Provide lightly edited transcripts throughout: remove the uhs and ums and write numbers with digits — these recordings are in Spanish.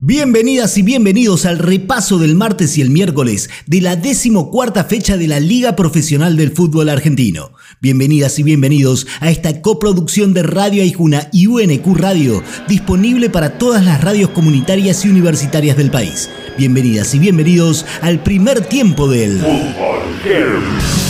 Bienvenidas y bienvenidos al repaso del martes y el miércoles de la 14ª fecha de la Liga Profesional del Fútbol Argentino. Bienvenidas y bienvenidos a esta coproducción de Radio Aijuna y UNQ Radio, disponible para todas las radios comunitarias y universitarias del país. Bienvenidas y bienvenidos al primer tiempo del Fútbol.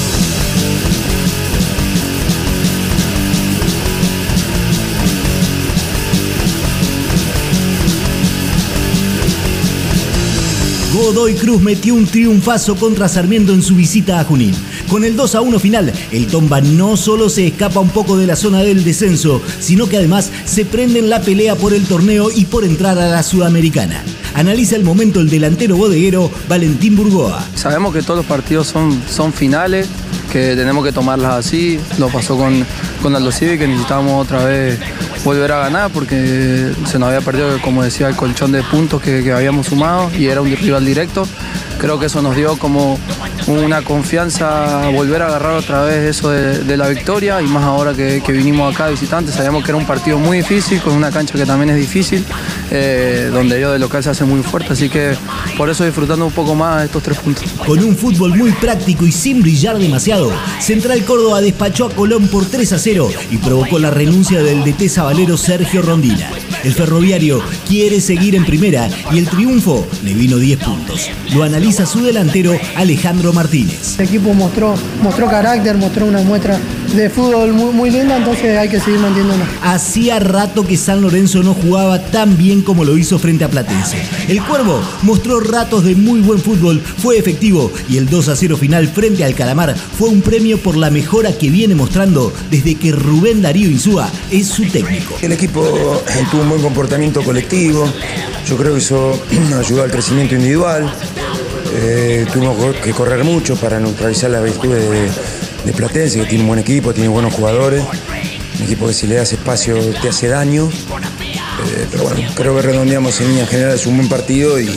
Godoy Cruz metió un triunfazo contra Sarmiento en su visita a Junín. Con el 2-1 final, el Tomba no solo se escapa un poco de la zona del descenso, sino que además se prende en la pelea por el torneo y por entrar a la Sudamericana. Analiza el momento el delantero bodeguero Valentín Burgoa. Sabemos que todos los partidos son finales, que tenemos que tomarlas así. Lo pasó con Aldo Civi, que necesitábamos otra vez volver a ganar porque se nos había perdido, como decía, el colchón de puntos que habíamos sumado y era un rival directo. Creo que eso nos dio como una confianza a volver a agarrar otra vez eso de la victoria, y más ahora que vinimos acá visitantes. Sabíamos que era un partido muy difícil, con una cancha que también es difícil, donde ellos de local se hace muy fuerte, así que por eso disfrutando un poco más estos 3 puntos. Con un fútbol muy práctico y sin brillar demasiado, Central Córdoba despachó a Colón por 3-0 y provocó la renuncia del DT sabalero Sergio Rondina. El Ferroviario quiere seguir en primera y el triunfo le vino 10 puntos. Lo analiza su delantero Alejandro Martínez. El equipo mostró carácter, mostró una muestra de fútbol muy linda, entonces hay que seguir manteniéndonos. Hacía rato que San Lorenzo no jugaba tan bien como lo hizo frente a Platense. El Cuervo mostró ratos de muy buen fútbol, fue efectivo y el 2-0 final frente al Calamar fue un premio por la mejora que viene mostrando desde que Rubén Darío Insúa es su técnico. El equipo tuvo un buen comportamiento colectivo, yo creo que eso ayudó al crecimiento individual. Tuvimos que correr mucho para neutralizar las virtudes de Platense, que tiene un buen equipo, tiene buenos jugadores. Un equipo que si le das espacio te hace daño. Pero bueno, creo que redondeamos en líneas generales un buen partido y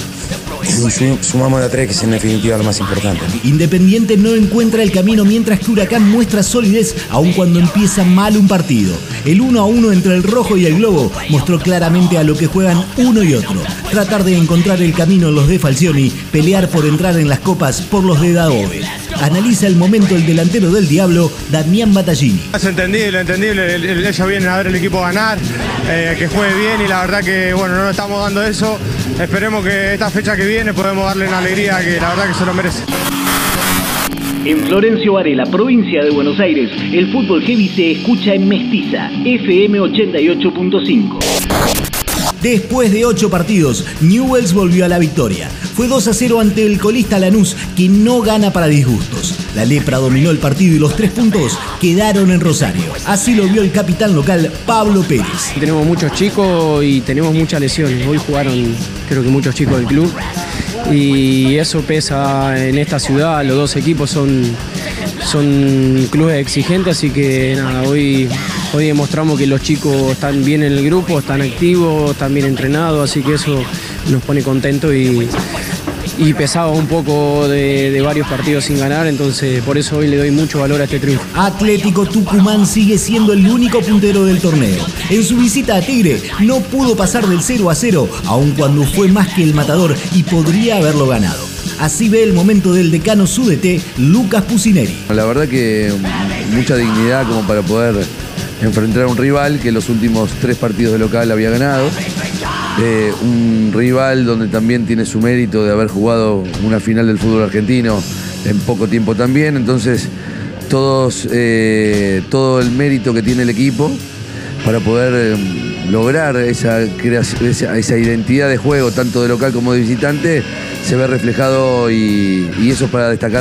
sumamos de a 3, que es en definitiva lo más importante. Independiente no encuentra el camino, mientras que Huracán muestra solidez aun cuando empieza mal un partido. El 1-1 entre el Rojo y el Globo mostró claramente a lo que juegan uno y otro. Tratar de encontrar el camino los de Falcioni, pelear por entrar en las copas por los de Daobe. Analiza el momento el delantero del Diablo, Damián Battaglini. Es entendible. Ellos vienen a ver el equipo ganar, que juegue bien, y la verdad que bueno, no nos estamos dando eso. Esperemos que esta fecha que viene podemos darle una alegría que la verdad que se lo merece. En Florencio Varela, provincia de Buenos Aires, el fútbol heavy se escucha en Mestiza, FM 88.5. Después de 8 partidos, Newell's volvió a la victoria. Fue 2-0 ante el colista Lanús, que no gana para disgustos. La lepra dominó el partido y los 3 puntos quedaron en Rosario. Así lo vio el capitán local, Pablo Pérez. Tenemos muchos chicos y tenemos muchas lesiones. Hoy jugaron, creo que muchos chicos del club. Y eso pesa en esta ciudad. Los 2 equipos son clubes exigentes, así que nada, hoy demostramos que los chicos están bien en el grupo, están activos, están bien entrenados, así que eso nos pone contentos y pesaba un poco de varios partidos sin ganar, entonces por eso hoy le doy mucho valor a este triunfo. Atlético Tucumán sigue siendo el único puntero del torneo. En su visita a Tigre no pudo pasar del 0-0, aun cuando fue más que el matador y podría haberlo ganado. Así ve el momento del decano SUDT, Lucas Pusineri. La verdad que mucha dignidad como para poder enfrentar a un rival que los últimos 3 partidos de local había ganado. Un rival donde también tiene su mérito de haber jugado una final del fútbol argentino en poco tiempo también. Entonces, todo el mérito que tiene el equipo para poder lograr esa identidad de juego, tanto de local como de visitante, se ve reflejado y eso es para destacar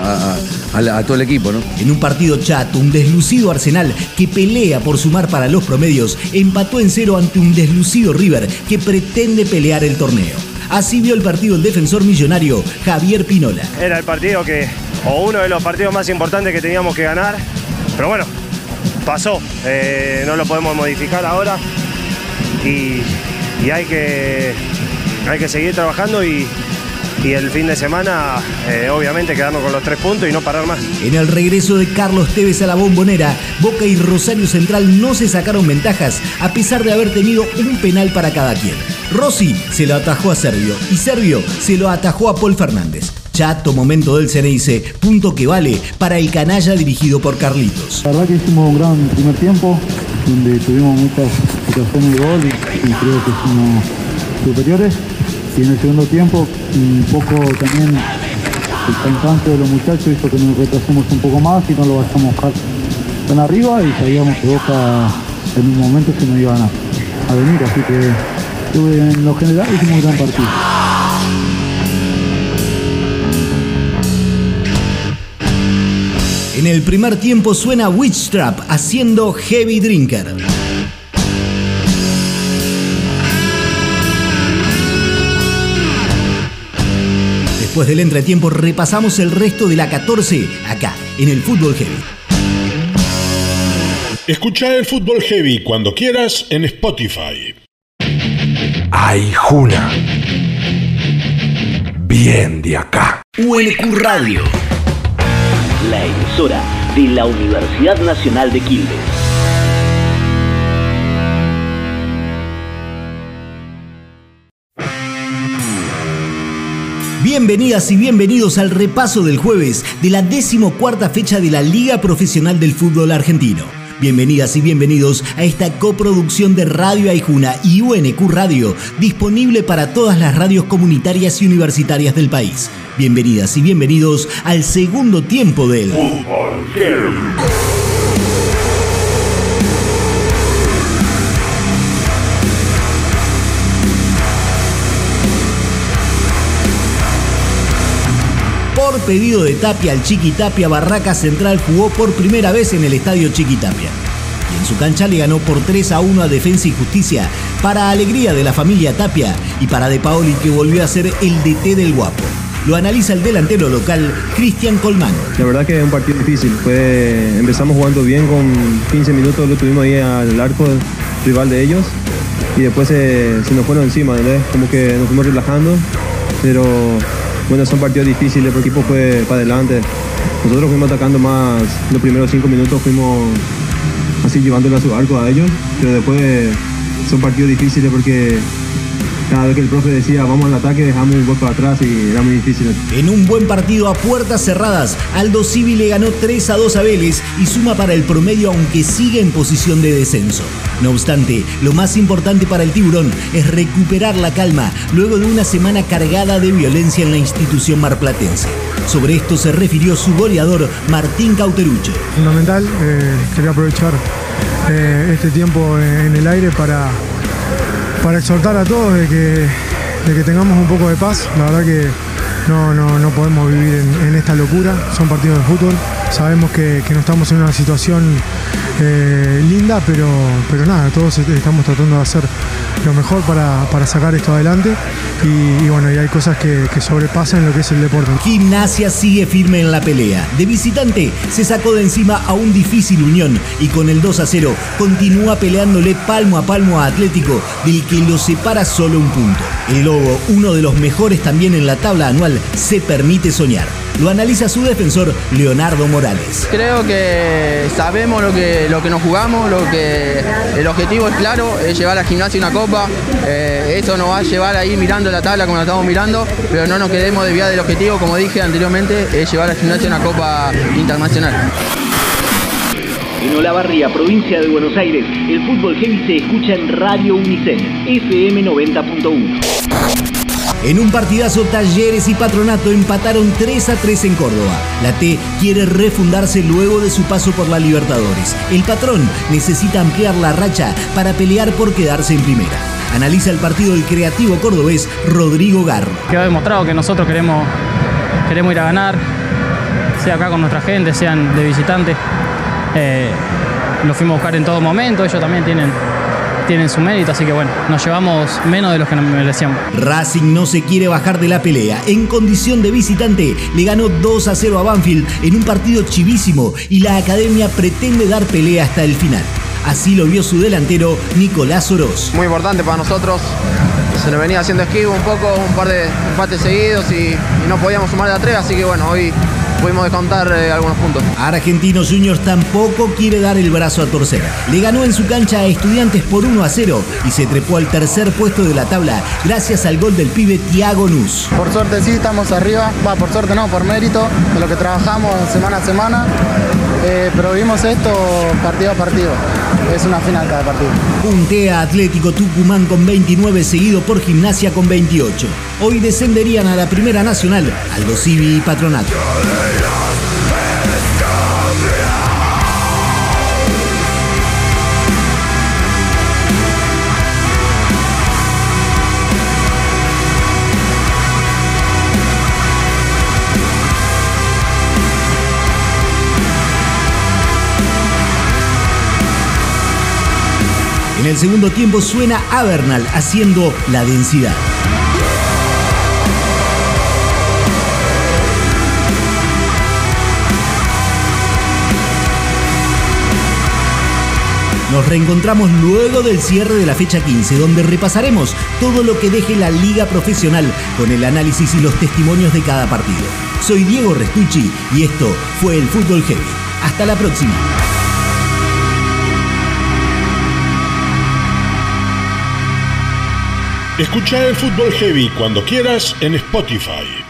a todo el equipo, ¿no? En un partido chato, un deslucido Arsenal que pelea por sumar para los promedios empató en 0 ante un deslucido River que pretende pelear el torneo. Así vio el partido el defensor millonario Javier Pinola. Era el partido uno de los partidos más importantes que teníamos que ganar, pero bueno, pasó, no lo podemos modificar ahora y hay que seguir trabajando y y el fin de semana obviamente quedarnos con los 3 puntos y no parar más. En el regreso de Carlos Tevez a la Bombonera, Boca y Rosario Central no se sacaron ventajas a pesar de haber tenido un penal para cada quien. Rossi se lo atajó a Servio y Servio se lo atajó a Paul Fernández. Chato momento del Ceneice, punto que vale para el canalla dirigido por Carlitos. La verdad que hicimos un gran primer tiempo, donde tuvimos muchas ocasiones de gol y creo que fuimos superiores. Y en el segundo tiempo, un poco también el cansancio de los muchachos hizo que nos retrasemos un poco más y no lo vayamos a buscar tan arriba y sabíamos que Boca en un momento se nos iban a venir, así que en lo general hicimos un gran partido. En el primer tiempo suena Witch Trap haciendo Heavy Drinker. Después del entretiempo repasamos el resto de la 14 acá, en el Fútbol Heavy. Escucha el Fútbol Heavy cuando quieras en Spotify. ¡Ay, Juna! Bien de acá. UNQ Radio, la emisora de la Universidad Nacional de Quilmes. Bienvenidas y bienvenidos al repaso del jueves de la 14ª fecha de la Liga Profesional del Fútbol Argentino. Bienvenidas y bienvenidos a esta coproducción de Radio Aijuna y UNQ Radio, disponible para todas las radios comunitarias y universitarias del país. Bienvenidas y bienvenidos al segundo tiempo del Fútbol Heavy. Por pedido de Tapia, el Chiqui Tapia, Barraca Central jugó por primera vez en el estadio Chiqui Tapia. Y en su cancha le ganó por 3-1 a Defensa y Justicia, para alegría de la familia Tapia y para De Paoli, que volvió a ser el DT del Guapo. Lo analiza el delantero local, Cristian Colmán. La verdad que es un partido difícil. Empezamos jugando bien, con 15 minutos lo tuvimos ahí al arco rival de ellos. Y después se nos fueron encima, ¿verdad? Como que nos fuimos relajando. Pero bueno, son partidos difíciles, el equipo fue para adelante. Nosotros fuimos atacando más, los primeros 5 minutos fuimos así llevándole a su arco a ellos. Pero después son partidos difíciles porque cada vez que el profe decía vamos al ataque, dejamos un golpe atrás y era muy difícil. En un buen partido a puertas cerradas, Aldo Civi le ganó 3-2 a Vélez y suma para el promedio, aunque sigue en posición de descenso. No obstante, lo más importante para el Tiburón es recuperar la calma luego de una semana cargada de violencia en la institución marplatense. Sobre esto se refirió su goleador Martín Cauterucho. Fundamental, quería aprovechar este tiempo en el aire para exhortar a todos de que tengamos un poco de paz. La verdad que no podemos vivir en esta locura. Son partidos de fútbol. Sabemos que no estamos en una situación linda, pero nada, todos estamos tratando de hacer lo mejor para sacar esto adelante. Y bueno, y hay cosas que sobrepasan lo que es el deporte. Gimnasia sigue firme en la pelea. De visitante se sacó de encima a un difícil Unión y con el 2-0 continúa peleándole palmo a palmo a Atlético, del que lo separa solo un punto. El Lobo, uno de los mejores también en la tabla anual, se permite soñar. Lo analiza su defensor Leonardo Morales. Creo que sabemos lo que nos jugamos, el objetivo es claro, es llevar a Gimnasia una copa. Eso nos va a llevar a ir mirando la tabla como la estamos mirando, pero no nos quedemos desviados del objetivo, como dije anteriormente, es llevar a Gimnasia una copa internacional. En Olavarría, provincia de Buenos Aires, el Fútbol Heavy se escucha en Radio Unicen, FM 90.1. En un partidazo, Talleres y Patronato empataron 3-3 en Córdoba. La T quiere refundarse luego de su paso por la Libertadores. El patrón necesita ampliar la racha para pelear por quedarse en primera. Analiza el partido del creativo cordobés Rodrigo Garro. Quedó demostrado que nosotros queremos ir a ganar, sea acá con nuestra gente, sean de visitantes. Lo fuimos a buscar en todo momento, ellos también tienen su mérito, así que bueno, nos llevamos menos de los que nos merecíamos. Racing no se quiere bajar de la pelea. En condición de visitante le ganó 2-0 a Banfield en un partido chivísimo y la academia pretende dar pelea hasta el final. Así lo vio su delantero Nicolás Oroz. Muy importante para nosotros, se nos venía haciendo esquivo un poco, un par de empates seguidos y no podíamos sumar de a 3, así que bueno, hoy pudimos descontar algunos puntos. Argentinos Juniors tampoco quiere dar el brazo a torcer. Le ganó en su cancha a Estudiantes por 1-0 y se trepó al tercer puesto de la tabla gracias al gol del pibe Thiago Nus. Por suerte sí, estamos arriba. Por suerte no, por mérito de lo que trabajamos semana a semana. Pero vimos esto partido a partido. Es una final cada partido. Puntea Atlético Tucumán con 29, seguido por Gimnasia con 28. Hoy descenderían a la Primera Nacional Aldo Civi y Patronato. En el segundo tiempo suena Avernal haciendo La Densidad. Nos reencontramos luego del cierre de la fecha 15, donde repasaremos todo lo que deje la liga profesional con el análisis y los testimonios de cada partido. Soy Diego Restucci y esto fue el Fútbol Heavy. Hasta la próxima. Escucha el Fútbol Heavy cuando quieras en Spotify.